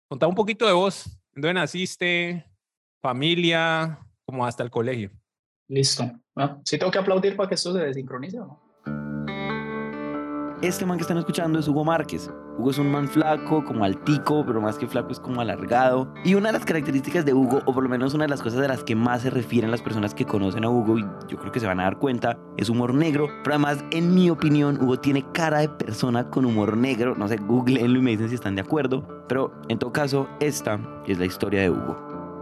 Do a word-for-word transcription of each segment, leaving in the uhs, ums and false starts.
Contá un poquito de vos. ¿Dónde naciste? Familia, como hasta el colegio. Listo. Bueno, sí tengo que aplaudir para que esto se desincronice, ¿o no? Este man que están escuchando es Hugo Márquez. Hugo es un man flaco, como altico, pero más que flaco es como alargado. Y una de las características de Hugo, o por lo menos una de las cosas de las que más se refieren las personas que conocen a Hugo, y yo creo que se van a dar cuenta, es humor negro. Pero además, en mi opinión, Hugo tiene cara de persona con humor negro. No sé, googleenlo y me dicen si están de acuerdo. Pero en todo caso, esta es la historia de Hugo.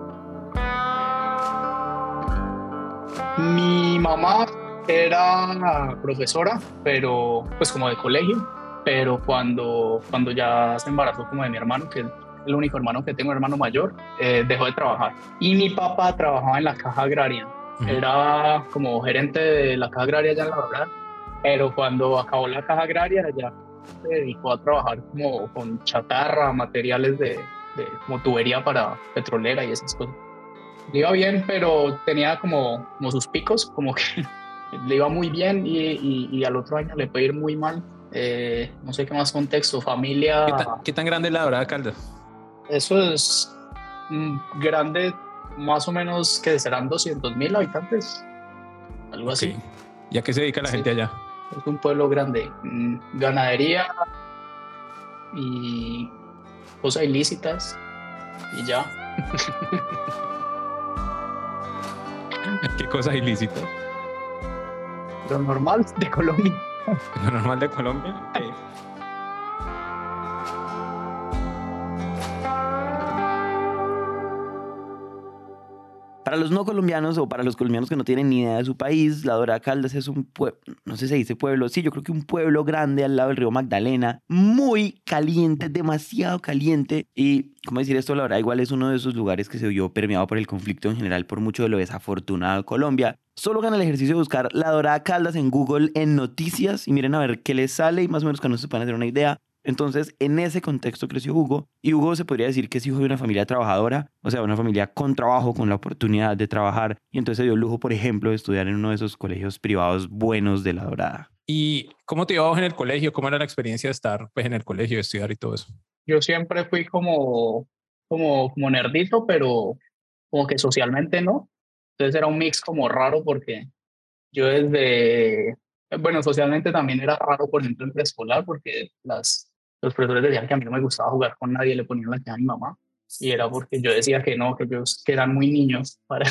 Mi mamá era profesora, pero pues como de colegio, pero cuando, cuando ya se embarazó como de mi hermano, que es el único hermano que tengo, hermano mayor, eh, dejó de trabajar. Y mi papá trabajaba en la caja agraria, uh-huh. Era como gerente de la caja agraria allá en La Verdad, pero cuando acabó la caja agraria ya se dedicó a trabajar como con chatarra, materiales de, de como tubería para petrolera y esas cosas. Le iba bien, pero tenía como, como sus picos, como que le iba muy bien y, y, y al otro año le puede ir muy mal. Eh, no sé qué más contexto, familia... ¿Qué tan, qué tan grande es La Dorada Caldas? Eso es mm, grande, más o menos que serán doscientos mil habitantes, algo okay. así. ¿Y a qué se dedica la sí. gente allá? Es un pueblo grande, mm, ganadería y cosas ilícitas y ya. ¿Qué cosas ilícitas? Lo normal de Colombia. Lo normal de Colombia. Okay. Para los no colombianos o para los colombianos que no tienen ni idea de su país, La Dorada Caldas es un pueblo, no sé si se dice pueblo, sí, yo creo que un pueblo grande al lado del río Magdalena, muy caliente, demasiado caliente. Y, ¿cómo decir esto? La verdad, igual es uno de esos lugares que se vio permeado por el conflicto en general, por mucho de lo desafortunado de Colombia. Solo hagan el ejercicio de buscar La Dorada Caldas en Google en noticias y miren a ver qué les sale y más o menos con eso se pueden hacer una idea. Entonces, en ese contexto creció Hugo, y Hugo se podría decir que es hijo de una familia trabajadora, o sea, una familia con trabajo, con la oportunidad de trabajar, y entonces se dio el lujo, por ejemplo, de estudiar en uno de esos colegios privados buenos de La Dorada. ¿Y cómo te llevabas en el colegio? ¿Cómo era la experiencia de estar pues, en el colegio, de estudiar y todo eso? Yo siempre fui como, como, como nerdito, pero como que socialmente no. Entonces era un mix como raro porque yo desde... Bueno, socialmente también era raro, por ejemplo, en preescolar, porque las... Los profesores decían que a mí no me gustaba jugar con nadie, le ponían la queja a mi mamá. Y era porque yo decía que no, que ellos que eran muy niños para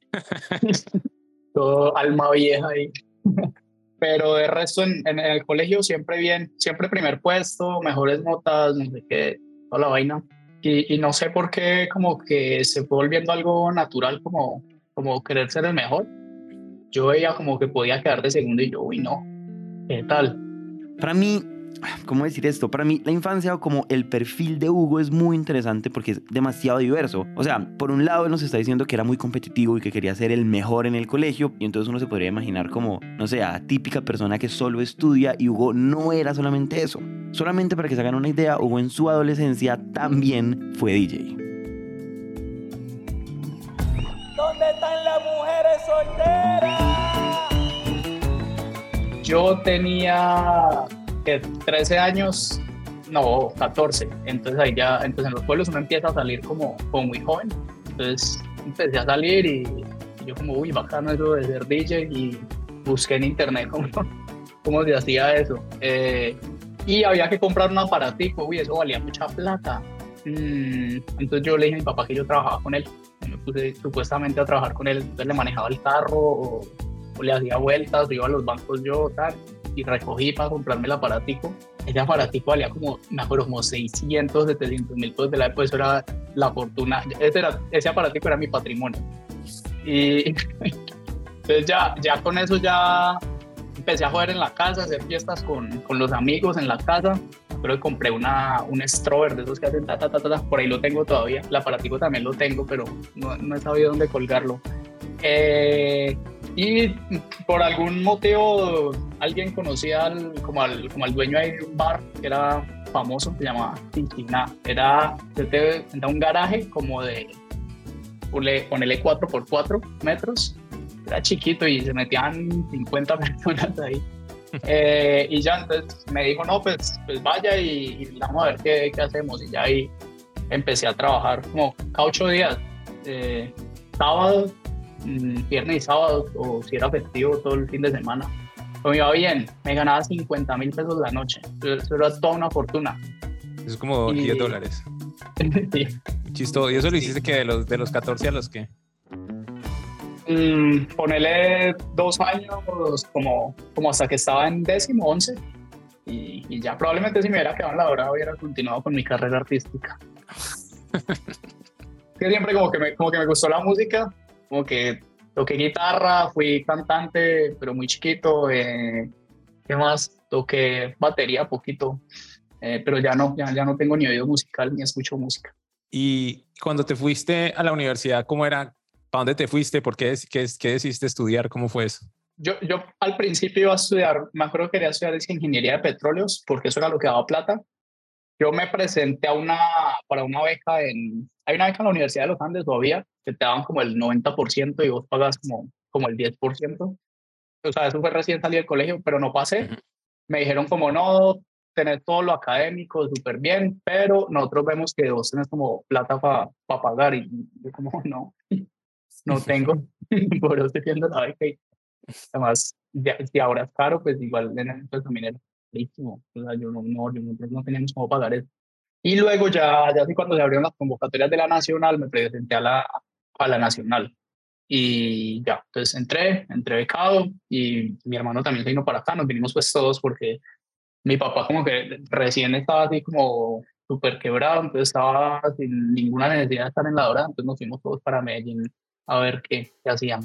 todo alma vieja ahí. Pero de resto en, en el colegio siempre bien, siempre primer puesto, mejores notas, no sé qué, toda la vaina. Y, y no sé por qué como que se fue volviendo algo natural, como, como querer ser el mejor. Yo veía como que podía quedar de segundo y yo, uy, no, ¿qué tal? Para mí, ¿cómo decir esto? Para mí la infancia o como el perfil de Hugo es muy interesante porque es demasiado diverso. O sea, por un lado él nos está diciendo que era muy competitivo y que quería ser el mejor en el colegio, y entonces uno se podría imaginar como, no sé, a típica persona que solo estudia, y Hugo no era solamente eso. Solamente para que se hagan una idea, Hugo en su adolescencia también fue D J. ¿Dónde están las mujeres solteras? Yo tenía que trece años, no, catorce. Entonces ahí ya, entonces en los pueblos uno empieza a salir como, como muy joven. Entonces empecé a salir y, y yo como, uy, bacano eso de ser D J, y busqué en internet cómo, cómo se hacía eso. Eh, y había que comprar un aparatico, uy, eso valía mucha plata. Mm, entonces yo le dije a mi papá que yo trabajaba con él. Me puse supuestamente a trabajar con él, entonces le manejaba el carro o, o le hacía vueltas, o iba a los bancos yo, tal, y recogí para comprarme el aparatico. Ese aparatico valía como, me acuerdo, como seiscientos, setecientos mil pesos de la época. Eso era la fortuna. Ese, era, ese aparatico era mi patrimonio. Y entonces ya, ya con eso ya empecé a jugar en la casa, a hacer fiestas con, con los amigos en la casa. Pero compré una, un Strober de esos que hacen ta, ta, ta, ta, ta. Por ahí lo tengo todavía. El aparatico también lo tengo, pero no, no he sabido dónde colgarlo. Eh, y por algún motivo alguien conocía al, como, al, como al dueño de un bar que era famoso, se llamaba Tintina. Era, era un garaje como de, ponele cuatro por cuatro metros. Era chiquito y se metían cincuenta personas ahí. Eh, y ya entonces me dijo, no, pues, pues vaya y, y vamos a ver qué, qué hacemos. Y ya ahí empecé a trabajar como cada ocho días, eh, sábado, mm, viernes y sábado, o si era festivo todo el fin de semana. Pero me iba bien, me ganaba cincuenta mil pesos la noche, eso era toda una fortuna. Es como Y- diez dólares. Sí. Chistoso. ¿Y eso lo Sí. hiciste que de los, de los catorce a los qué? Mm, ponele dos años como, como hasta que estaba en décimo, once. Y, y ya probablemente si me hubiera quedado en la hora hubiera continuado con mi carrera artística. Que siempre como que, me, como que me gustó la música, como que toqué guitarra, fui cantante, pero muy chiquito. Eh, ¿Qué más? Toqué batería poquito, eh, pero ya no, ya, ya no tengo ni oído musical ni escucho música. Y cuando te fuiste a la universidad, ¿cómo era? ¿Para dónde te fuiste? ¿Por qué, qué, qué decidiste estudiar? ¿Cómo fue eso? Yo, yo al principio iba a estudiar, me acuerdo que quería estudiar es que ingeniería de petróleos, porque eso era lo que daba plata. Yo me presenté a una, para una beca en, hay una beca en la Universidad de los Andes todavía, que te daban como el noventa por ciento y vos pagas como, como el diez por ciento. O sea, eso fue recién salí del colegio, pero no pasé. Ujú. Me dijeron como no, tenés todo lo académico súper bien, pero nosotros vemos que vos tenés como plata para pa pagar. Y yo como no, no tengo, por eso estoy viendo la beca. Y además, ya, si ahora es caro, pues igual en ese entonces también era carísimo. O sea, yo no, no, yo no, no teníamos cómo pagar eso. Y luego ya, ya así cuando se abrieron las convocatorias de la Nacional, me presenté a la, a la Nacional. Y ya, entonces entré, entré becado y mi hermano también se vino para acá. Nos vinimos pues todos porque mi papá como que recién estaba así como súper quebrado, entonces estaba sin ninguna necesidad de estar en la hora. Entonces nos fuimos todos para Medellín a ver qué, qué hacían.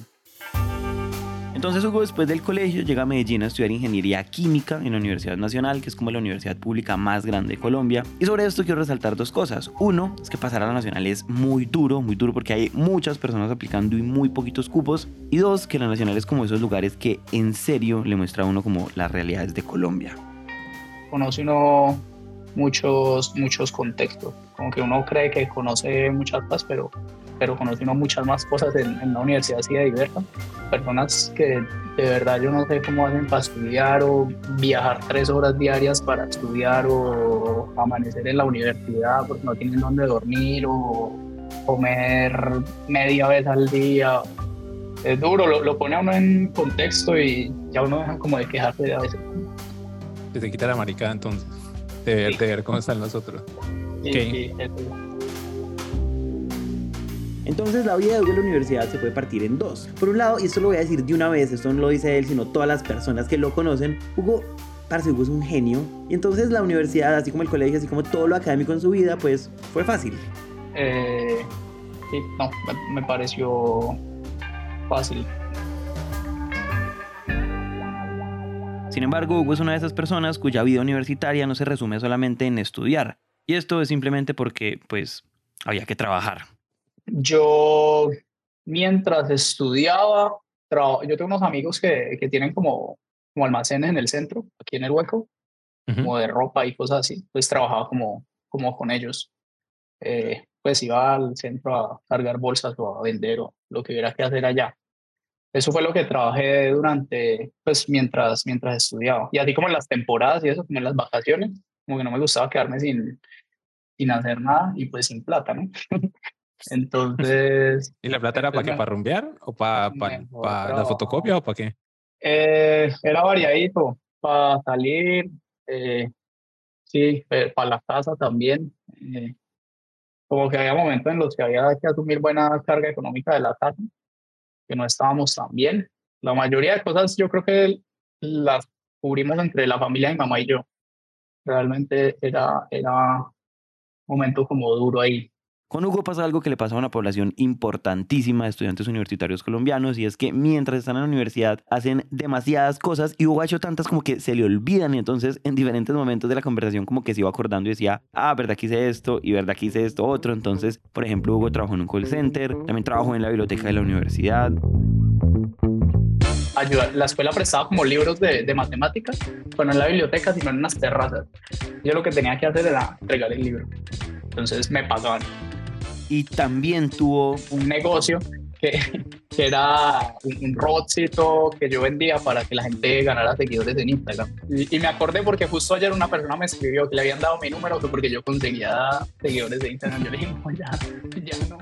Entonces Hugo, después del colegio, llega a Medellín a estudiar ingeniería química en la Universidad Nacional, que es como la universidad pública más grande de Colombia. Y sobre esto quiero resaltar dos cosas. Uno, es que pasar a la Nacional es muy duro, muy duro porque hay muchas personas aplicando y muy poquitos cupos. Y dos, que la Nacional es como esos lugares que en serio le muestra a uno como las realidades de Colombia. Conoce uno muchos, muchos contextos. Como que uno cree que conoce muchas cosas, pero, pero conoce uno muchas más cosas en, en una universidad así de diversa. Personas que de verdad yo no sé cómo hacen para estudiar o viajar tres horas diarias para estudiar o amanecer en la universidad porque no tienen dónde dormir o comer media vez al día. Es duro, lo, lo pone a uno en contexto y ya uno deja como de quejarse de a veces. Que te quita la maricada entonces. De ver, Sí. de ver cómo están los otros. Sí, Ok. sí, eso. Entonces la vida de Hugo en la universidad se puede partir en dos. Por un lado, y esto lo voy a decir de una vez, esto no lo dice él, sino todas las personas que lo conocen, Hugo, parce, Hugo es un genio. Y entonces la universidad, así como el colegio, así como todo lo académico en su vida, pues fue fácil. Eh, sí, no, me, me pareció fácil. Sin embargo, Hugo es una de esas personas cuya vida universitaria no se resume solamente en estudiar. Y esto es simplemente porque, pues, había que trabajar. Yo, mientras estudiaba, traba- yo tengo unos amigos que, que tienen como, como almacenes en el centro, aquí en el Hueco, Ujú. como de ropa y cosas así. Pues trabajaba como, como con ellos. Eh, pues iba al centro a cargar bolsas o a vender o lo que hubiera que hacer allá. Eso fue lo que trabajé durante, pues mientras, mientras estudiaba. Y así como en las temporadas y eso, como en las vacaciones, como que no me gustaba quedarme sin, sin hacer nada y pues sin plata, ¿no? Entonces, ¿Y la plata era para entonces qué? me- ¿Para rumbear? ¿O para mejor la trabajaba. fotocopia? ¿O para qué? Eh, era variadito para salir, eh, sí, para la casa también. eh, como que había momentos en los que había que asumir buena carga económica de la casa, que no estábamos tan bien. La mayoría de cosas yo creo que las cubrimos entre la familia de mi mamá y yo. Realmente era, era un momento como duro ahí. Con Hugo pasa algo que le pasa a una población importantísima de estudiantes universitarios colombianos y es que mientras están en la universidad hacen demasiadas cosas y Hugo ha hecho tantas como que se le olvidan y entonces en diferentes momentos de la conversación como que se iba acordando y decía, ah, verdad que hice esto y verdad que hice esto otro. Entonces, por ejemplo, Hugo trabajó en un call center, también trabajó en la biblioteca de la universidad. Ayuda, la escuela prestaba como libros de, de matemáticas, pero no en la biblioteca, sino en unas terrazas. Yo lo que tenía que hacer era entregar el libro. Entonces me pagaban Y también tuvo un negocio que, que era un, un robotcito que yo vendía para que la gente ganara seguidores en Instagram. Y, y me acordé porque justo ayer una persona me escribió que le habían dado mi número que porque yo conseguía seguidores de Instagram. Yo le dije, no, ya, ya no.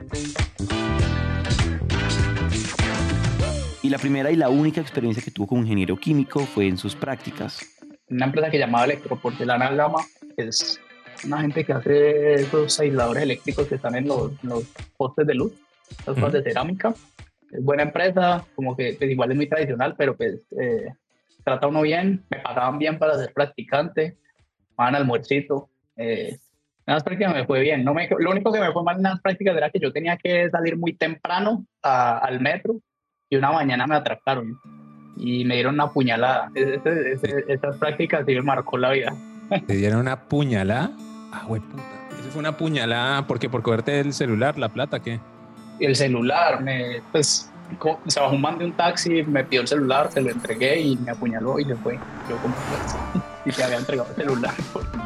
Y la primera y la única experiencia que tuvo como ingeniero químico fue en sus prácticas. Una empresa que llamaba Electroporcelana Gama, que es una gente que hace esos aisladores eléctricos que están en los, los postes de luz, las cosas de cerámica. Es buena empresa, como que pues, igual es muy tradicional, pero pues eh, trata uno bien, me pagaban bien para ser practicante, me daban almuercito. Eh, en las prácticas me fue bien. No me, lo único que me fue mal en las prácticas era que yo tenía que salir muy temprano a, al metro y una mañana me atracaron y me dieron una puñalada. Ese, ese, esas prácticas sí me marcó la vida. ¿Te dieron una puñalada? Ah, güey, puta. ¿Eso fue una puñalada porque por cogerte el celular, la plata, qué? El celular, me, pues se bajó un man de un taxi, me pidió el celular, se lo entregué y me apuñaló y se fue. Yo como pues, y se había entregado el celular.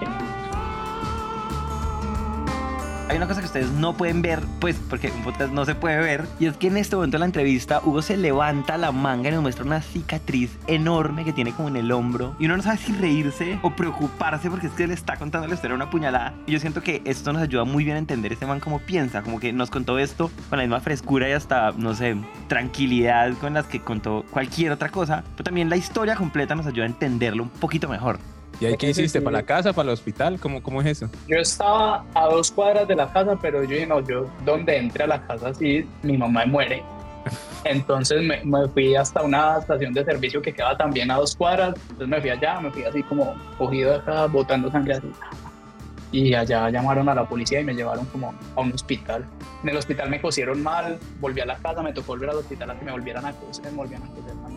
Hay una cosa que ustedes no pueden ver, pues porque un podcast no se puede ver, y es que en este momento de la entrevista Hugo se levanta la manga y nos muestra una cicatriz enorme que tiene como en el hombro, y uno no sabe si reírse o preocuparse porque es que le está contando la historia de una puñalada. Y yo siento que esto nos ayuda muy bien a entender este man cómo piensa, como que nos contó esto con la misma frescura y hasta, no sé, tranquilidad con las que contó cualquier otra cosa, pero también la historia completa nos ayuda a entenderlo un poquito mejor. ¿Y ahí qué hiciste? ¿Para la casa, para el hospital? ¿Cómo, cómo es eso? Yo estaba a dos cuadras de la casa, pero yo dije, no, yo donde entre a la casa, sí, mi mamá muere. Entonces me, me fui hasta una estación de servicio que quedaba también a dos cuadras. Entonces me fui allá, me fui así como cogido acá, botando sangre así. Y allá llamaron a la policía y me llevaron como a un hospital. En el hospital me cosieron mal, volví a la casa, me tocó volver al hospital a que me volvieran a coser, me volvían a coser mal.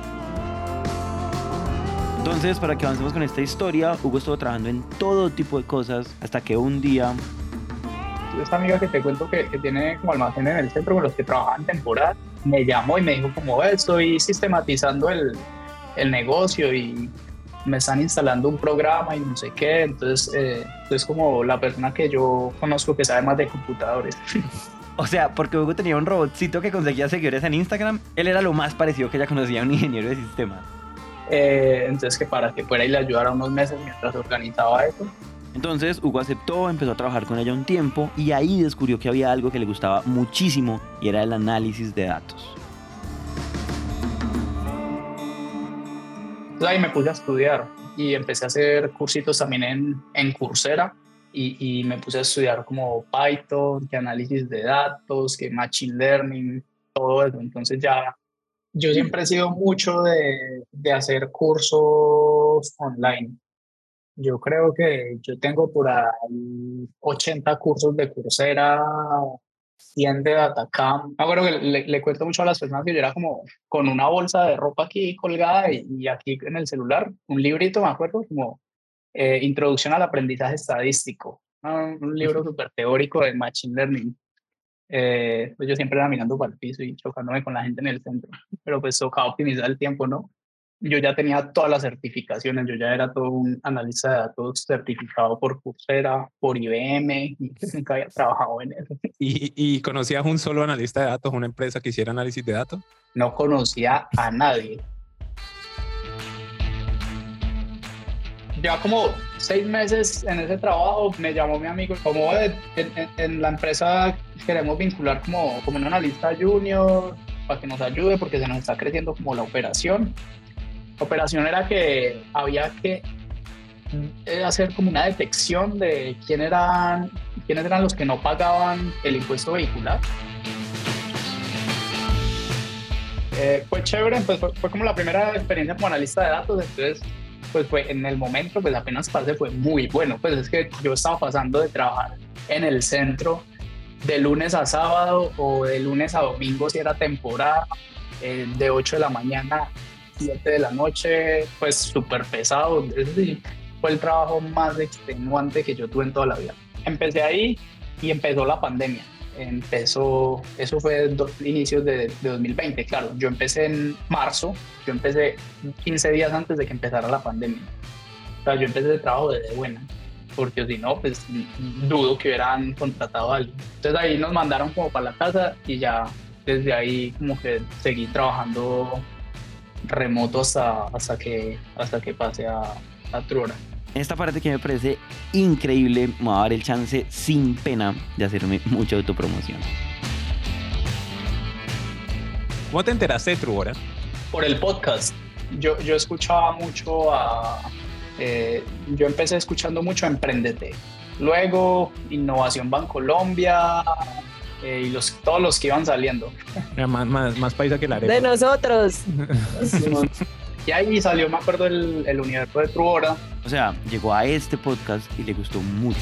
Entonces, para que avancemos con esta historia, Hugo estuvo trabajando en todo tipo de cosas hasta que un día... Esta amiga que te cuento que, que tiene como almacén en el centro con los que trabajaban en temporada, me llamó y me dijo como, estoy sistematizando el, el negocio y me están instalando un programa y no sé qué. Entonces, eh, es como la persona que yo conozco que sabe más de computadores. O sea, porque Hugo tenía un robotcito que conseguía seguidores en Instagram, él era lo más parecido que ella conocía a un ingeniero de sistemas. Eh, entonces que para que fuera y le ayudara unos meses mientras organizaba eso. Entonces Hugo aceptó, empezó a trabajar con ella un tiempo y ahí descubrió que había algo que le gustaba muchísimo y era el análisis de datos. Entonces ahí me puse a estudiar y empecé a hacer cursitos también en, en Coursera y, y me puse a estudiar como Python, que análisis de datos, que Machine Learning, todo eso. Entonces ya yo siempre he sido mucho de, de hacer cursos online. Yo creo que yo tengo por ahí ochenta cursos de Coursera, cien de Datacam. Me acuerdo que le, le cuento mucho a las personas que yo era como con una bolsa de ropa aquí colgada y, y aquí en el celular, un librito, me acuerdo, como eh, Introducción al Aprendizaje Estadístico. ¿No? Un libro súper teórico de Machine Learning. Eh, pues yo siempre era mirando para el piso y chocándome con la gente en el centro, pero pues tocaba optimizar el tiempo, ¿no? Yo ya tenía todas las certificaciones, yo ya era todo un analista de datos certificado por Coursera, por I B M, y nunca había trabajado en eso. ¿Y, y conocías un solo analista de datos, una empresa que hiciera análisis de datos? No conocía a nadie. Ya como seis meses en ese trabajo me llamó mi amigo como en, en, en la empresa queremos vincular como, como un analista junior para que nos ayude porque se nos está creciendo como la operación. La operación era que había que hacer como una detección de quién eran, quiénes eran los que no pagaban el impuesto vehicular. Eh, fue chévere, pues fue, fue como la primera experiencia como analista de datos, entonces pues fue en el momento, pues apenas pasé, fue muy bueno, pues es que yo estaba pasando de trabajar en el centro de lunes a sábado o de lunes a domingo si era temporada, eh, de ocho de la mañana a siete de la noche, pues súper pesado. Ese sí fue el trabajo más extenuante que yo tuve en toda la vida. Empecé ahí y empezó la pandemia. Empezó, eso fue dos inicios de, de dos mil veinte, claro, yo empecé en marzo, yo empecé quince días antes de que empezara la pandemia. O sea, yo empecé de trabajo desde buena, porque si no, pues dudo que hubieran contratado a alguien. Entonces ahí nos mandaron como para la casa y ya desde ahí como que seguí trabajando remoto hasta, hasta, que, hasta que pasé a, a Truora. Esta parte que me parece increíble, me va a dar el chance sin pena de hacerme mucha autopromoción. ¿Cómo te enteraste de Truora? Por el podcast. Yo, yo escuchaba mucho a... Eh, yo empecé escuchando mucho a Emprendete. Luego Innovación Bancolombia eh, y los, todos los que iban saliendo. Era más, más, más paisa que la arepa. De nosotros. Y ahí salió, me acuerdo, el, el universo de Truora. O sea, llegó a este podcast y le gustó mucho.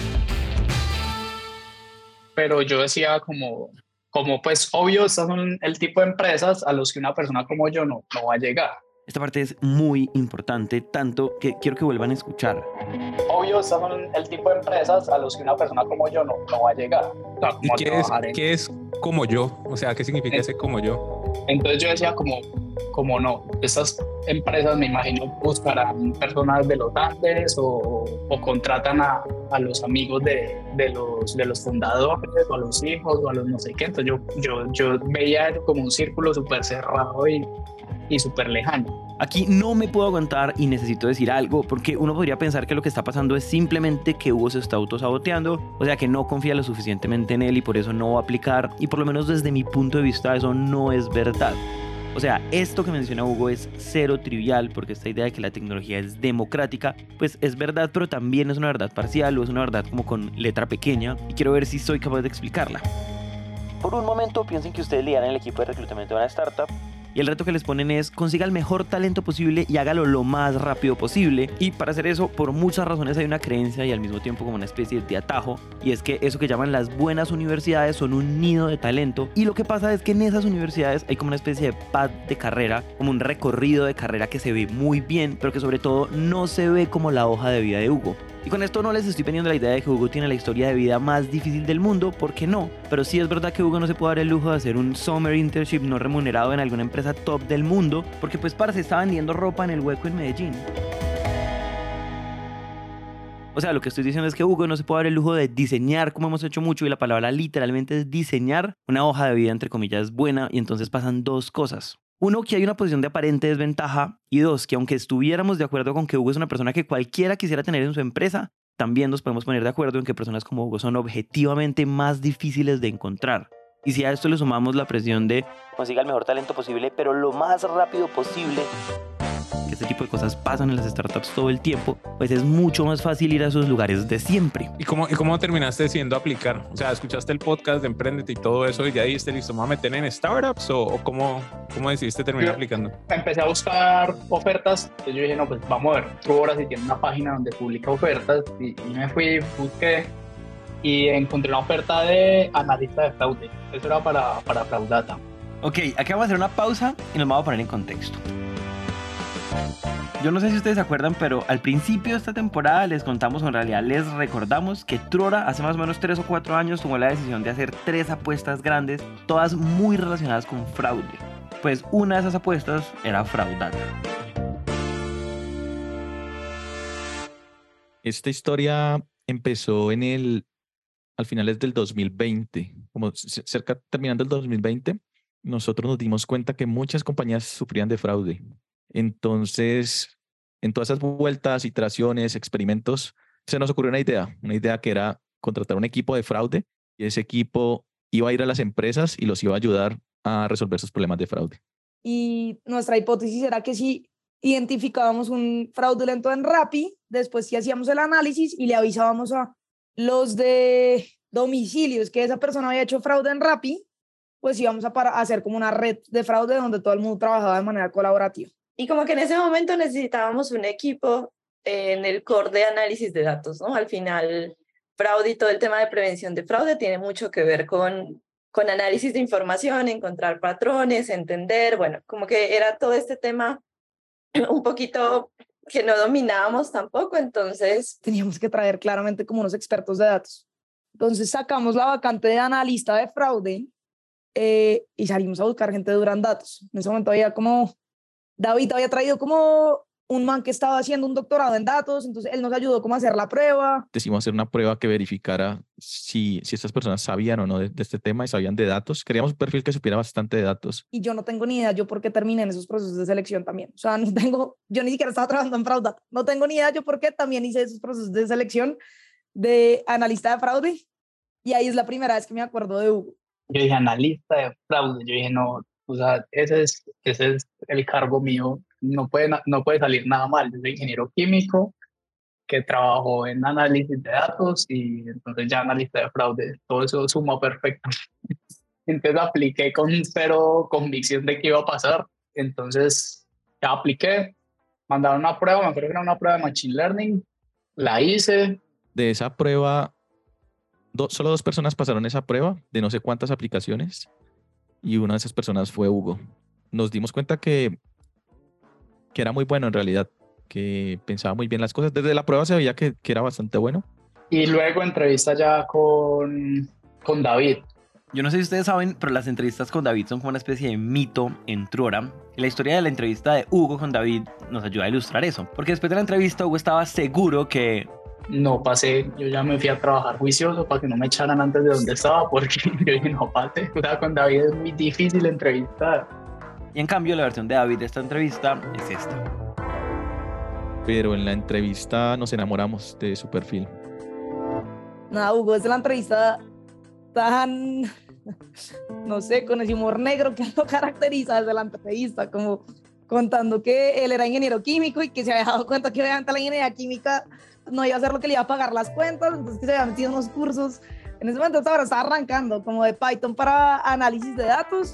Pero yo decía como, como pues obvio, estos son el tipo de empresas a los que una persona como yo no, no va a llegar. Esta parte es muy importante, tanto que quiero que vuelvan a escuchar. Obvio, estos son el tipo de empresas a los que una persona como yo no, no va a llegar. O sea, ¿Y como qué es, en... qué es como yo? O sea, ¿qué significa Eh, ese como yo? Entonces yo decía como, como no, estas empresas me imagino buscarán personas de los Andes o, o contratan a, a los amigos de, de, los, de los fundadores o a los hijos o a los no sé qué. Entonces yo, yo, yo veía eso como un círculo súper cerrado y, y súper lejano. Aquí no me puedo aguantar y necesito decir algo, porque uno podría pensar que lo que está pasando es simplemente que Hugo se está autosaboteando, o sea que no confía lo suficientemente en él y por eso no va a aplicar, y por lo menos desde mi punto de vista eso no es verdad. O sea, esto que menciona Hugo es cero trivial, porque esta idea de que la tecnología es democrática, pues es verdad, pero también es una verdad parcial o es una verdad como con letra pequeña, y quiero ver si soy capaz de explicarla. Por un momento piensen que ustedes lideran el equipo de reclutamiento de una startup y el reto que les ponen es consiga el mejor talento posible y hágalo lo más rápido posible. Y para hacer eso, por muchas razones hay una creencia y al mismo tiempo como una especie de atajo, y es que eso que llaman las buenas universidades son un nido de talento, y lo que pasa es que en esas universidades hay como una especie de path de carrera, como un recorrido de carrera que se ve muy bien, pero que sobre todo no se ve como la hoja de vida de Hugo. Y con esto no les estoy vendiendo la idea de que Hugo tiene la historia de vida más difícil del mundo, porque no. Pero sí es verdad que Hugo no se puede dar el lujo de hacer un summer internship no remunerado en alguna empresa top del mundo, porque pues para se está vendiendo ropa en el Hueco en Medellín. O sea, lo que estoy diciendo es que Hugo no se puede dar el lujo de diseñar, como hemos hecho mucho, y la palabra literalmente es diseñar una hoja de vida entre comillas buena, y entonces pasan dos cosas. Uno, que hay una posición de aparente desventaja, y dos, que aunque estuviéramos de acuerdo con que Hugo es una persona que cualquiera quisiera tener en su empresa, también nos podemos poner de acuerdo en que personas como Hugo son objetivamente más difíciles de encontrar. Y si a esto le sumamos la presión de consiga el mejor talento posible, pero lo más rápido posible, que este tipo de cosas pasan en las startups todo el tiempo, pues es mucho más fácil ir a esos lugares de siempre. ¿Y cómo, y cómo terminaste decidiendo aplicar? O sea, ¿escuchaste el podcast de Emprendete y todo eso y ya dijiste, listo, me voy a meter en startups? ¿O, o cómo, cómo decidiste terminar Yo aplicando? empecé a buscar ofertas, entonces yo dije, no, pues vamos a ver, Truora si tiene una página donde publica ofertas, y, y me fui, busqué y encontré una oferta de analista de fraude. Eso era para, para Fraudata. Ok, aquí vamos a hacer una pausa y nos vamos a poner en contexto. Yo no sé si ustedes se acuerdan, pero al principio de esta temporada les contamos, o en realidad les recordamos, que Truora hace más o menos tres o cuatro años tomó la decisión de hacer tres apuestas grandes, todas muy relacionadas con fraude. Pues una de esas apuestas era Fraudata. Esta historia empezó en el, al finales del dos mil veinte, como cerca terminando el dos mil veinte, nosotros nos dimos cuenta que muchas compañías sufrían de fraude. Entonces, en todas esas vueltas, iteraciones, experimentos, se nos ocurrió una idea, una idea que era contratar un equipo de fraude, y ese equipo iba a ir a las empresas y los iba a ayudar a resolver sus problemas de fraude. Y nuestra hipótesis era que si identificábamos un fraudulento en Rappi, después sí hacíamos el análisis y le avisábamos a los de domicilios que esa persona había hecho fraude en Rappi, pues íbamos a, para, a hacer como una red de fraude donde todo el mundo trabajaba de manera colaborativa. Y como que en ese momento necesitábamos un equipo en el core de análisis de datos, ¿no? Al final, fraude y todo el tema de prevención de fraude tiene mucho que ver con, con análisis de información, encontrar patrones, entender, bueno, como que era todo este tema un poquito que no dominábamos tampoco, entonces... Teníamos que traer claramente como unos expertos de datos. Entonces sacamos la vacante de analista de fraude eh, y salimos a buscar gente de Duran Datos. En ese momento había como... David había traído como un man que estaba haciendo un doctorado en datos, entonces él nos ayudó como a hacer la prueba. Decidimos hacer una prueba que verificara si, si estas personas sabían o no de, de este tema y sabían de datos. Queríamos un perfil que supiera bastante de datos. Y yo no tengo ni idea yo por qué terminé en esos procesos de selección también. O sea, no tengo, yo ni siquiera estaba trabajando en Fraudata. No tengo ni idea yo por qué también hice esos procesos de selección de analista de fraude. Y ahí es la primera vez que me acuerdo de Hugo. Yo dije, analista de fraude. Yo dije, no, o sea, ese es, ese es el cargo mío. No puede, no puede salir nada mal. Yo soy ingeniero químico que trabajó en análisis de datos y entonces ya analista de fraude. Todo eso sumó perfecto. Entonces apliqué con cero convicción de que iba a pasar. Entonces ya apliqué, mandaron una prueba, me acuerdo que era una prueba de Machine Learning, la hice. De esa prueba, do, solo dos personas pasaron esa prueba de no sé cuántas aplicaciones y una de esas personas fue Hugo. Nos dimos cuenta que, que era muy bueno en realidad, que pensaba muy bien las cosas. Desde la prueba se veía que, que era bastante bueno. Y luego entrevista ya con, con David. Yo no sé si ustedes saben, pero las entrevistas con David son como una especie de mito en Truora. Y la historia de la entrevista de Hugo con David nos ayuda a ilustrar eso. Porque después de la entrevista, Hugo estaba seguro que... No pasé, yo ya me fui a trabajar juicioso para que no me echaran antes de donde estaba, porque yo dije, no pasé. O sea, con David es muy difícil entrevistar. Y en cambio, la versión de David de esta entrevista es esta. Pero en la entrevista nos enamoramos de su perfil. Nada, Hugo, desde la entrevista tan, no sé, con ese humor negro que lo caracteriza desde la entrevista, como contando que él era ingeniero químico y que se había dado cuenta que obviamente la ingeniería química no iba a hacer lo que le iba a pagar las cuentas, entonces que se había metido en unos cursos. En ese momento ahora estaba arrancando como de Python para análisis de datos.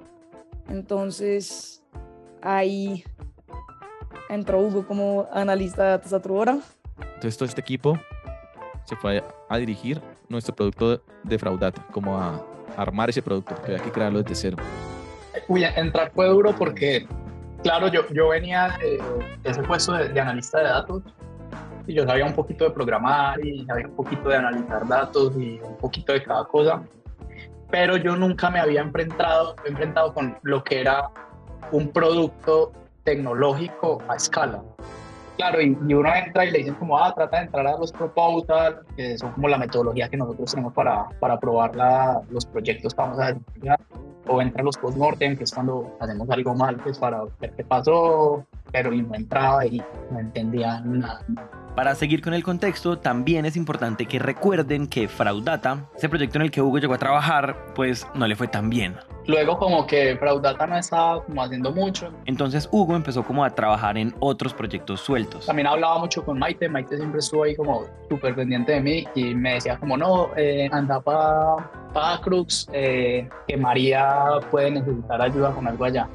Entonces ahí entró Hugo como analista de datos a Truora. Entonces todo este equipo se fue a, a dirigir nuestro producto de Fraudata, como a, a armar ese producto, porque había que crearlo desde cero. Uy, entrar fue duro porque, claro, yo, yo venía de, de ese puesto de, de analista de datos y yo sabía un poquito de programar y sabía un poquito de analizar datos y un poquito de cada cosa, pero yo nunca me había enfrentado, enfrentado con lo que era un producto tecnológico a escala. Claro, y, y uno entra y le dicen como, ah, trata de entrar a los proposals, que son como la metodología que nosotros tenemos para, para probar la, los proyectos que vamos a desarrollar, o entra a los post-mortem, que es cuando hacemos algo mal, pues para ver qué pasó, pero y no entraba y no entendía nada. Para seguir con el contexto, también es importante que recuerden que Fraudata, ese proyecto en el que Hugo llegó a trabajar, pues no le fue tan bien. Luego como que Fraudata no estaba como haciendo mucho. Entonces Hugo empezó como a trabajar en otros proyectos sueltos. También hablaba mucho con Maite, Maite siempre estuvo ahí como súper pendiente de mí y me decía como no, eh, anda para pa Crux, eh, que María puede necesitar ayuda con algo allá.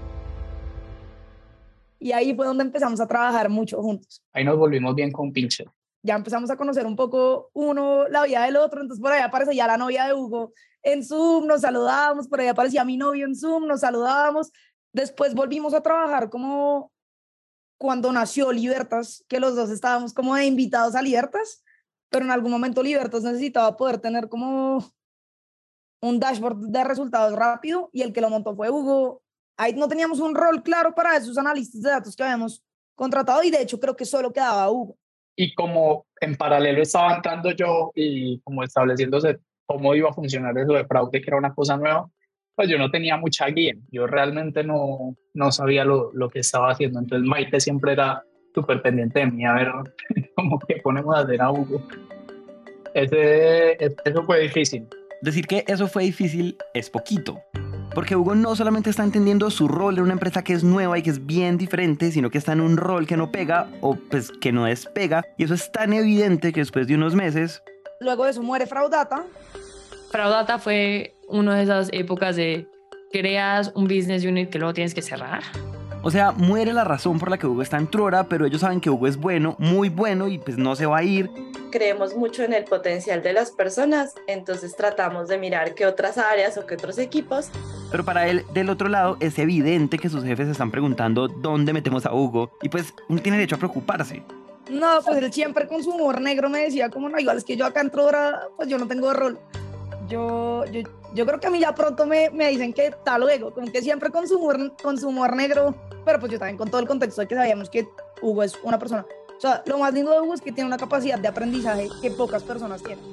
Y ahí fue donde empezamos a trabajar mucho juntos. Ahí nos volvimos bien con pinche. Ya empezamos a conocer un poco uno la vida del otro, entonces por ahí aparecía la novia de Hugo en Zoom, nos saludábamos, por ahí aparecía mi novio en Zoom, nos saludábamos. Después volvimos a trabajar como cuando nació Libertas, que los dos estábamos como de invitados a Libertas, pero en algún momento Libertas necesitaba poder tener como un dashboard de resultados rápido y el que lo montó fue Hugo. Ahí no teníamos un rol claro para esos analistas de datos que habíamos contratado y de hecho creo que solo quedaba Hugo. Y como en paralelo estaba entrando yo y como estableciéndose cómo iba a funcionar eso de fraude, que era una cosa nueva, pues yo no tenía mucha guía. Yo realmente no, no sabía lo, lo que estaba haciendo. Entonces Maite siempre era súper pendiente de mí a ver cómo que ponemos a hacer a Hugo. Ese, eso fue difícil. Decir que eso fue difícil es poquito. Porque Hugo no solamente está entendiendo su rol en una empresa que es nueva y que es bien diferente, sino que está en un rol que no pega o pues que no despega. Y eso es tan evidente que después de unos meses... Luego de eso muere Fraudata. Fraudata fue una de esas épocas de creas un business unit que luego tienes que cerrar. O sea, muere la razón por la que Hugo está en Truora, pero ellos saben que Hugo es bueno, muy bueno y pues no se va a ir. Creemos mucho en el potencial de las personas, entonces tratamos de mirar qué otras áreas o qué otros equipos. Pero para él, del otro lado, es evidente que sus jefes están preguntando dónde metemos a Hugo y pues uno tiene derecho a preocuparse. No, pues él siempre con su humor negro me decía como no, igual es que yo acá en Truora, pues yo no tengo rol. yo, yo, yo creo que a mí ya pronto me, me dicen que tal luego, como que siempre con su, humor, con su humor negro, pero pues yo también con todo el contexto de que sabíamos que Hugo es una persona. O sea, lo más lindo de Hugo es que tiene una capacidad de aprendizaje que pocas personas tienen.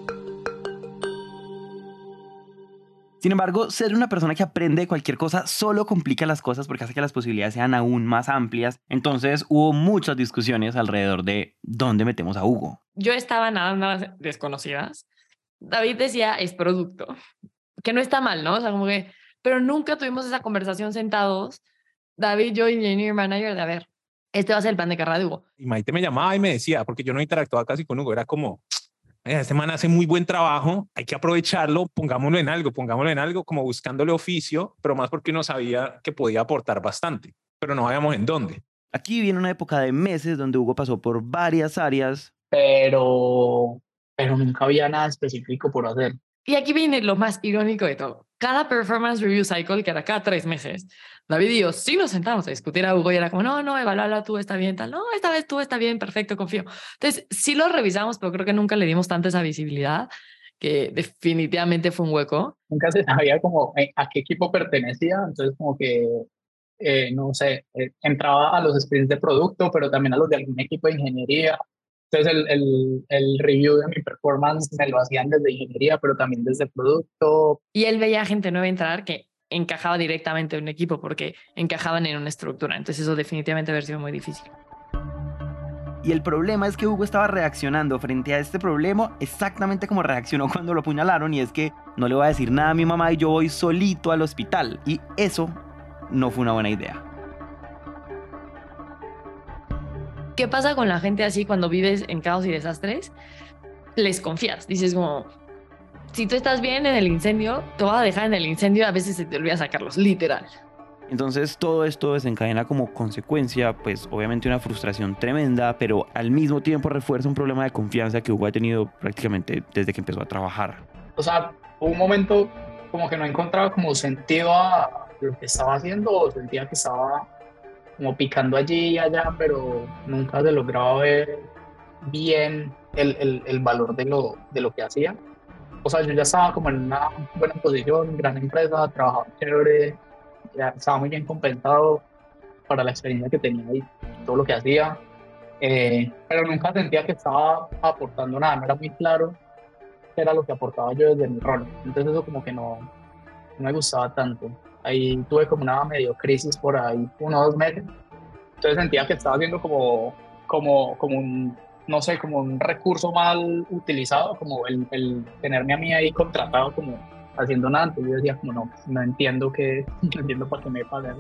Sin embargo, ser una persona que aprende cualquier cosa solo complica las cosas porque hace que las posibilidades sean aún más amplias. Entonces hubo muchas discusiones alrededor de dónde metemos a Hugo. Yo estaba nada más desconocidas. David decía, es producto. Que no está mal, ¿no? O sea, como que... Pero nunca tuvimos esa conversación sentados, David, yo y Engineer Manager, de a ver, este va a ser el plan de carrera de Hugo. Y Maite me llamaba y me decía, porque yo no interactuaba casi con Hugo, era como... Este man hace muy buen trabajo, hay que aprovecharlo, pongámoslo en algo, pongámoslo en algo, como buscándole oficio, pero más porque uno sabía que podía aportar bastante, pero no sabíamos en dónde. Aquí viene una época de meses donde Hugo pasó por varias áreas. Pero, pero nunca había nada específico por hacer. Y aquí viene lo más irónico de todo. Cada performance review cycle, que era cada tres meses, David y yo sí nos sentamos a discutir a Hugo y era como, no, no, evalúala tú, está bien, tal. No, esta vez tú está bien, perfecto, confío. Entonces, sí lo revisamos, pero creo que nunca le dimos tanta esa visibilidad, que definitivamente fue un hueco. Nunca se sabía como a qué equipo pertenecía, entonces como que, eh, no sé, eh, entraba a los sprints de producto, pero también a los de algún equipo de ingeniería. Entonces el, el, el review de mi performance me lo hacían desde ingeniería, pero también desde producto. Y él veía gente nueva entrar que encajaba directamente en un equipo porque encajaban en una estructura. Entonces eso definitivamente había sido muy difícil. Y el problema es que Hugo estaba reaccionando frente a este problema exactamente como reaccionó cuando lo apuñalaron, y es que no le voy a decir nada a mi mamá y yo voy solito al hospital. Y eso no fue una buena idea. ¿Qué pasa con la gente así cuando vives en caos y desastres? Les confías. Dices como, si tú estás bien en el incendio, te vas a dejar en el incendio, a veces se te olvida sacarlos, literal. Entonces todo esto desencadena como consecuencia, pues obviamente una frustración tremenda, pero al mismo tiempo refuerza un problema de confianza que Hugo ha tenido prácticamente desde que empezó a trabajar. O sea, hubo un momento como que no encontraba como sentido a lo que estaba haciendo, o sentía que estaba como picando allí y allá, pero nunca se lograba ver bien el, el, el valor de lo, de lo que hacía. O sea, yo ya estaba como en una buena posición, gran empresa, trabajaba chévere, ya estaba muy bien compensado para la experiencia que tenía y todo lo que hacía, eh, pero nunca sentía que estaba aportando nada, no era muy claro qué era lo que aportaba yo desde mi rol. Entonces eso como que no, no me gustaba tanto. Ahí tuve como una medio crisis por ahí, uno o dos meses. Entonces sentía que estaba haciendo como, como, como un, no sé, como un recurso mal utilizado, como el, el tenerme a mí ahí contratado como haciendo nada. Entonces yo decía como no, no entiendo que, no entiendo para qué me pagan.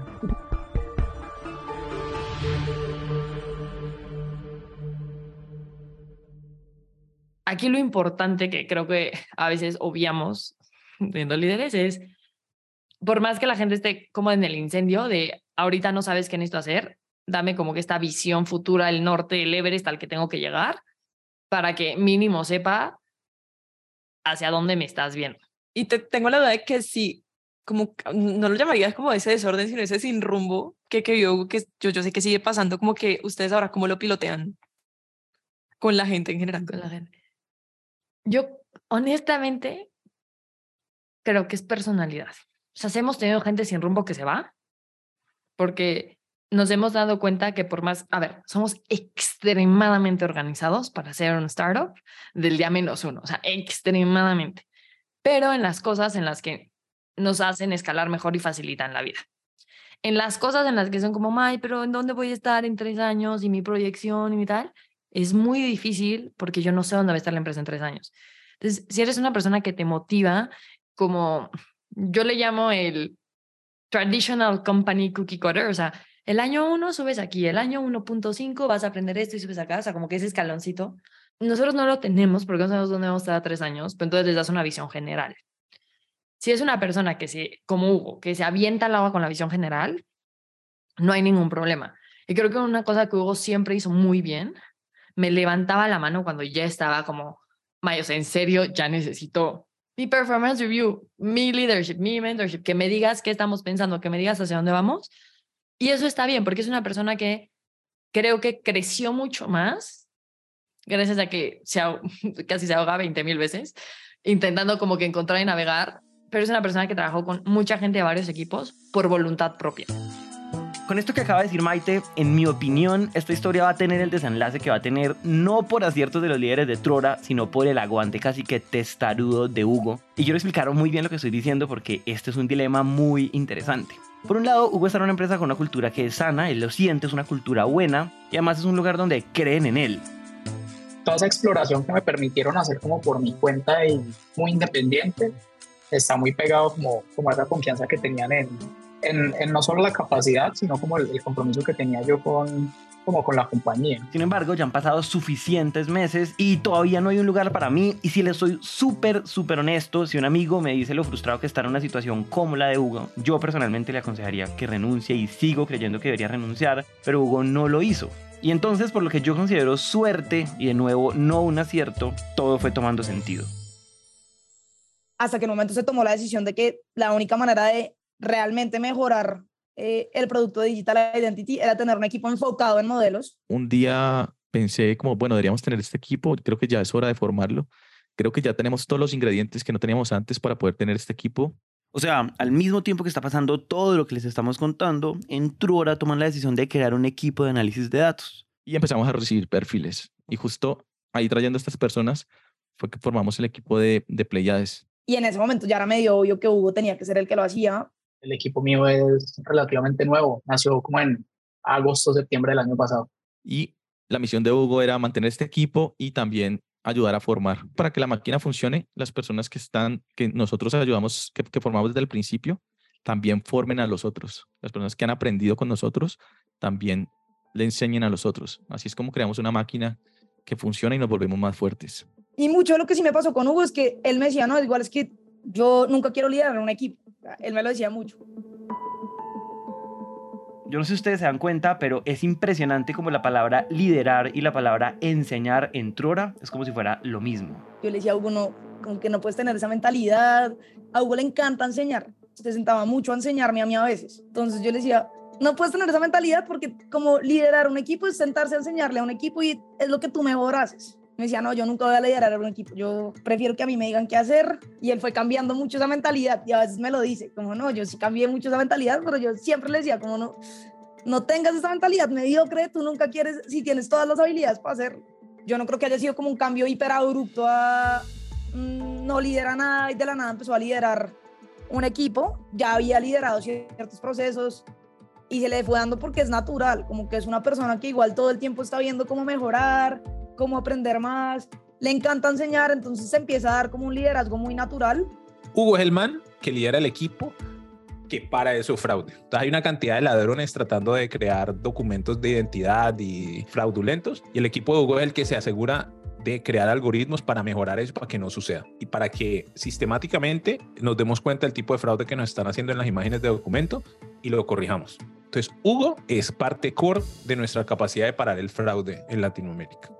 Aquí lo importante que creo que a veces obviamos siendo líderes es, por más que la gente esté como en el incendio de ahorita no sabes qué necesito hacer, dame como que esta visión futura, el norte, el Everest al que tengo que llegar, para que mínimo sepa hacia dónde me estás viendo. Y te, tengo la duda de que sí, como no lo llamarías como ese desorden, sino ese sin rumbo que, que, yo, que yo, yo sé que sigue pasando, como que ustedes ahora cómo lo pilotean con la gente en general. Con la gente. Yo honestamente creo que es personalidad. O sea, hemos tenido gente sin rumbo que se va porque nos hemos dado cuenta que por más, a ver, somos extremadamente organizados para ser un startup del día menos uno, o sea, extremadamente, pero en las cosas en las que nos hacen escalar mejor y facilitan la vida. En las cosas en las que son como, ay, pero ¿en dónde voy a estar en tres años y mi proyección y mi tal? Es muy difícil porque yo no sé dónde va a estar la empresa en tres años. Entonces, si eres una persona que te motiva, como yo le llamo el traditional company cookie cutter, o sea, el año uno subes aquí, el año uno punto cinco vas a aprender esto y subes acá, o sea, como que ese escaloncito. Nosotros no lo tenemos porque no sabemos dónde vamos a estar a tres años, pero entonces les das una visión general. Si es una persona que se, como Hugo, que se avienta al agua con la visión general, no hay ningún problema. Y creo que una cosa que Hugo siempre hizo muy bien, me levantaba la mano cuando ya estaba como, May, o sea, en serio, ya necesito mi performance review, mi leadership, mi mentorship, que me digas qué estamos pensando, que me digas hacia dónde vamos. Y eso está bien, porque es una persona que creo que creció mucho más, gracias a que se ahog- casi se ahoga veinte mil veces, intentando como que encontrar y navegar, pero es una persona que trabajó con mucha gente de varios equipos por voluntad propia. Con esto que acaba de decir Maite, en mi opinión, esta historia va a tener el desenlace que va a tener no por aciertos de los líderes de Trora, sino por el aguante casi que testarudo de Hugo. Y quiero explicar muy bien lo que estoy diciendo porque este es un dilema muy interesante. Por un lado, Hugo está en una empresa con una cultura que es sana, él lo siente, es una cultura buena y además es un lugar donde creen en él. Toda esa exploración que me permitieron hacer como por mi cuenta y muy independiente, está muy pegado como, como a esa confianza que tenían en, en, en no solo la capacidad, sino como el, el compromiso que tenía yo con, como con la compañía. Sin embargo, ya han pasado suficientes meses y todavía no hay un lugar para mí. Y si les soy súper, súper honesto, si un amigo me dice lo frustrado que está en una situación como la de Hugo, yo personalmente le aconsejaría que renuncie y sigo creyendo que debería renunciar, pero Hugo no lo hizo. Y entonces, por lo que yo considero suerte y de nuevo no un acierto, todo fue tomando sentido. Hasta que en un momento se tomó la decisión de que la única manera de realmente mejorar eh, el producto de Digital Identity era tener un equipo enfocado en modelos. Un día pensé como, bueno, deberíamos tener este equipo, creo que ya es hora de formarlo. Creo que ya tenemos todos los ingredientes que no teníamos antes para poder tener este equipo. O sea, al mismo tiempo que está pasando todo lo que les estamos contando, en Trora toman la decisión de crear un equipo de análisis de datos. Y empezamos a recibir perfiles. Y justo ahí trayendo a estas personas fue que formamos el equipo de, de Pleiades. Y en ese momento ya era medio obvio que Hugo tenía que ser el que lo hacía. El equipo mío es relativamente nuevo, nació como en agosto, septiembre del año pasado. Y la misión de Hugo era mantener este equipo y también ayudar a formar. Para que la máquina funcione, las personas que están, que nosotros ayudamos, que, que formamos desde el principio, también formen a los otros. Las personas que han aprendido con nosotros también le enseñen a los otros. Así es como creamos una máquina que funciona y nos volvemos más fuertes. Y mucho de lo que sí me pasó con Hugo es que él me decía, no, igual es que yo nunca quiero liderar un equipo. Él me lo decía mucho. Yo no sé si ustedes se dan cuenta, pero es impresionante como la palabra liderar y la palabra enseñar en Trora es como si fuera lo mismo. Yo le decía a Hugo, no, como que no puedes tener esa mentalidad. A Hugo le encanta enseñar. Se sentaba mucho a enseñarme a mí a veces. Entonces yo le decía, no puedes tener esa mentalidad porque como liderar un equipo es sentarse a enseñarle a un equipo y es lo que tú mejor haces. Me decía, no, yo nunca voy a liderar un equipo, yo prefiero que a mí me digan qué hacer. Y él fue cambiando mucho esa mentalidad y a veces me lo dice, como no, yo sí cambié mucho esa mentalidad, pero yo siempre le decía, como no, no tengas esa mentalidad mediocre, tú nunca quieres, si tienes todas las habilidades para hacerlo. Yo no creo que haya sido como un cambio hiper abrupto a mmm, no lidera nada y de la nada empezó a liderar un equipo, ya había liderado ciertos procesos y se le fue dando porque es natural, como que es una persona que igual todo el tiempo está viendo cómo mejorar, cómo aprender más, le encanta enseñar, entonces se empieza a dar como un liderazgo muy natural. Hugo es el man que lidera el equipo que para eso fraude. Entonces hay una cantidad de ladrones tratando de crear documentos de identidad y fraudulentos y el equipo de Hugo es el que se asegura de crear algoritmos para mejorar eso, para que no suceda y para que sistemáticamente nos demos cuenta del tipo de fraude que nos están haciendo en las imágenes de documento y lo corrijamos. Entonces Hugo es parte core de nuestra capacidad de parar el fraude en Latinoamérica.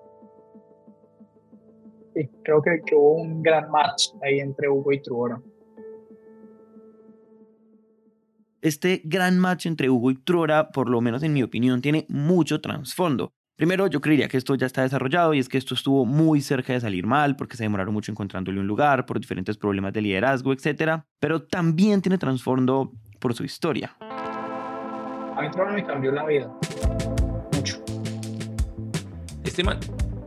Sí, creo que, que hubo un gran match ahí entre Hugo y Trora. Este gran match entre Hugo y Trora, por lo menos en mi opinión, tiene mucho trasfondo. Primero, yo creería que esto ya está desarrollado y es que esto estuvo muy cerca de salir mal porque se demoraron mucho encontrándole un lugar por diferentes problemas de liderazgo, etcétera. Pero también tiene trasfondo por su historia. A mí Trora me cambió la vida. Mucho. Este man...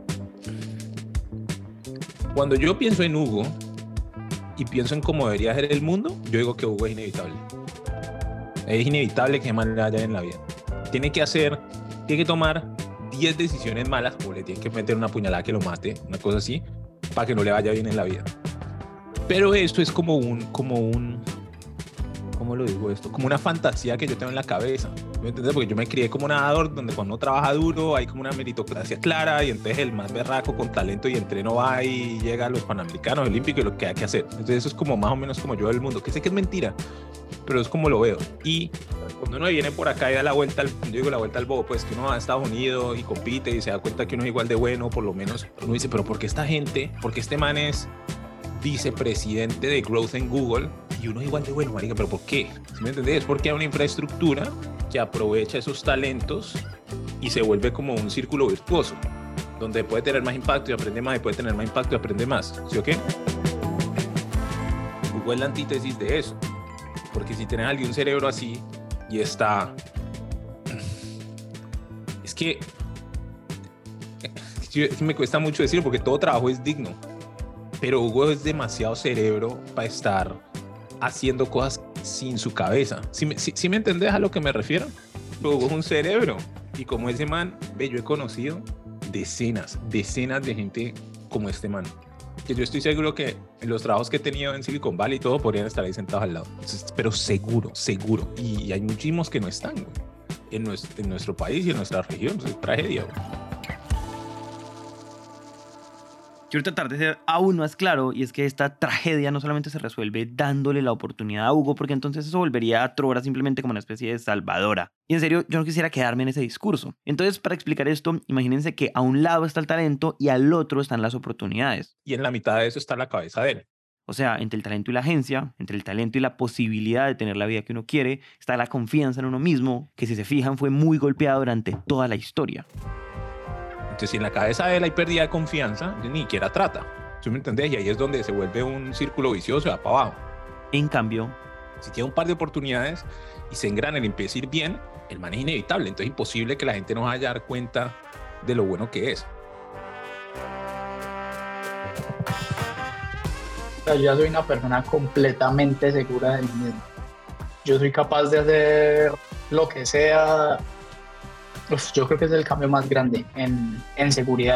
Cuando yo pienso en Hugo y pienso en cómo debería ser el mundo, yo digo que Hugo es inevitable. Es inevitable que man le vaya en la vida. Tiene que hacer, tiene que tomar diez decisiones malas, o le tiene que meter una puñalada que lo mate, una cosa así, para que no le vaya bien en la vida. Pero esto es como un, como un, ¿cómo lo digo esto? Como una fantasía que yo tengo en la cabeza. ¿Me entiendes? Porque yo me crié como nadador, donde cuando uno trabaja duro hay como una meritocracia clara y entonces el más berraco con talento y entreno va y llega a los Panamericanos Olímpicos y lo que hay que hacer. Entonces eso es como más o menos como yo del mundo, que sé que es mentira, pero es como lo veo. Y cuando uno viene por acá y da la vuelta, al, yo digo la vuelta al bobo, pues que uno va a Estados Unidos y compite y se da cuenta que uno es igual de bueno, por lo menos uno dice, pero ¿por qué esta gente? ¿Por qué este man es vicepresidente de Growth en Google y uno es igual de bueno, marica? ¿Pero por qué? ¿Sí me entendés? Es porque hay una infraestructura que aprovecha esos talentos y se vuelve como un círculo virtuoso, donde puede tener más impacto y aprende más, y puede tener más impacto y aprende más. ¿Sí o qué? Hugo es la antítesis de eso. Porque si tienes a alguien un cerebro así y está... Es que... Es que me cuesta mucho decirlo porque todo trabajo es digno. Pero Hugo es demasiado cerebro para estar haciendo cosas sin su cabeza. ¿Sí me, sí, sí me entendés a lo que me refiero? Hugo es un cerebro. Y como ese man, ve, yo he conocido decenas, decenas de gente como este man. Que yo estoy seguro que en los trabajos que he tenido en Silicon Valley y todo podrían estar ahí sentados al lado. Entonces, pero seguro, seguro. Y, y hay muchísimos que no están, güey. En nuestro, en nuestro país y en nuestra región. Es tragedia, güey. Quiero tratar de ser aún más claro, y es que esta tragedia no solamente se resuelve dándole la oportunidad a Hugo, porque entonces eso volvería a Trora simplemente como una especie de salvadora. Y en serio, yo no quisiera quedarme en ese discurso. Entonces, para explicar esto, imagínense que a un lado está el talento y al otro están las oportunidades. Y en la mitad de eso está la cabeza de él. O sea, entre el talento y la agencia, entre el talento y la posibilidad de tener la vida que uno quiere, está la confianza en uno mismo, que si se fijan fue muy golpeada durante toda la historia. Entonces, si en la cabeza de él hay pérdida de confianza, ni siquiera trata. ¿Sí me entendés? Y ahí es donde se vuelve un círculo vicioso, va para abajo. En cambio, si tiene un par de oportunidades y se engrana y empieza a ir bien, el man es inevitable. Entonces es imposible que la gente no vaya a dar cuenta de lo bueno que es. Yo ya soy una persona completamente segura de mí mismo. Yo soy capaz de hacer lo que sea. Uf, yo creo que es el cambio más grande en, en seguridad.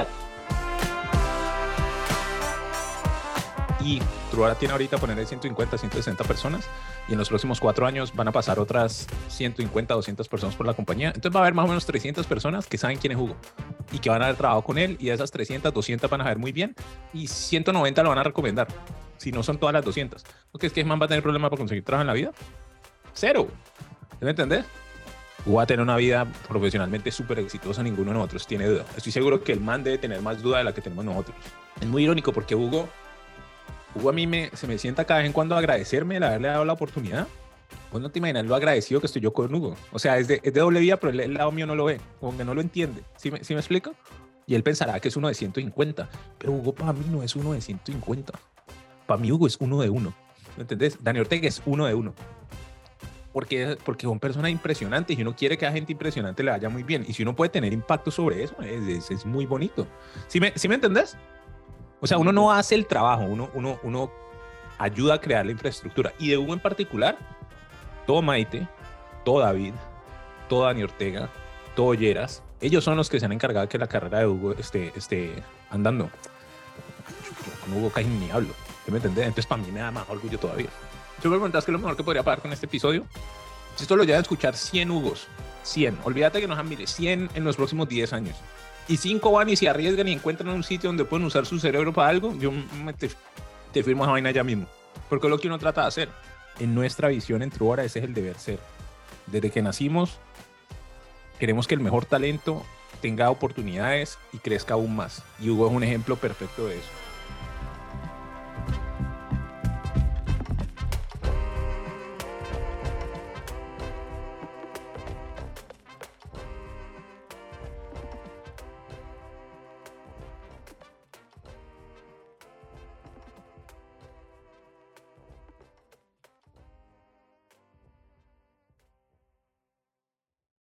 Y Truora tiene ahorita poner ciento cincuenta, ciento sesenta personas y en los próximos cuatro años van a pasar otras ciento cincuenta, doscientas personas por la compañía. Entonces va a haber más o menos trescientas personas que saben quién es Hugo y que van a haber trabajado con él, y de esas trescientas, doscientas van a ver muy bien y ciento noventa lo van a recomendar, si no son todas las doscientas. Porque es que ese man va a tener problema para conseguir trabajo en la vida. Cero. ¿Me entendés? Hugo va a tener una vida profesionalmente súper exitosa, ninguno de nosotros tiene duda. Estoy seguro que el man debe tener más duda de la que tenemos nosotros. Es muy irónico porque Hugo, Hugo a mí me, se me sienta cada vez en cuando a agradecerme el haberle dado la oportunidad. Vos no te imaginas lo agradecido que estoy yo con Hugo. O sea, es de, es de doble vía, pero el, el lado mío no lo ve, como que no lo entiende. ¿Sí me, ¿sí me explico? Y él pensará que es uno de ciento cincuenta, pero Hugo para mí no es uno de ciento cincuenta. Para mí Hugo es uno de uno. ¿Me entendés? Dani Ortega es uno de uno. Porque, porque son personas impresionantes y uno quiere que a gente impresionante le vaya muy bien. Y si uno puede tener impacto sobre eso, es, es, es muy bonito. ¿Sí me, ¿Sí me entendés? O sea, uno no hace el trabajo, uno, uno, uno ayuda a crear la infraestructura. Y de Hugo en particular, todo Maite, todo David, todo Dani Ortega, todo Lleras, ellos son los que se han encargado de que la carrera de Hugo esté, esté andando. Con Hugo casi ni hablo. ¿Sí me entendés? Entonces para mí me da más orgullo todavía. Tú me preguntas qué es lo mejor que podría pasar con este episodio. Si esto lo lleva a escuchar cien Hugos, cien, olvídate que nos han mire, cien en los próximos diez años. Y cinco van y se arriesgan y encuentran un sitio donde pueden usar su cerebro para algo, yo me te, te firmo esa vaina ya mismo. Porque es lo que uno trata de hacer. En nuestra visión en Truora, ese es el deber ser. Desde que nacimos, queremos que el mejor talento tenga oportunidades y crezca aún más. Y Hugo es un ejemplo perfecto de eso.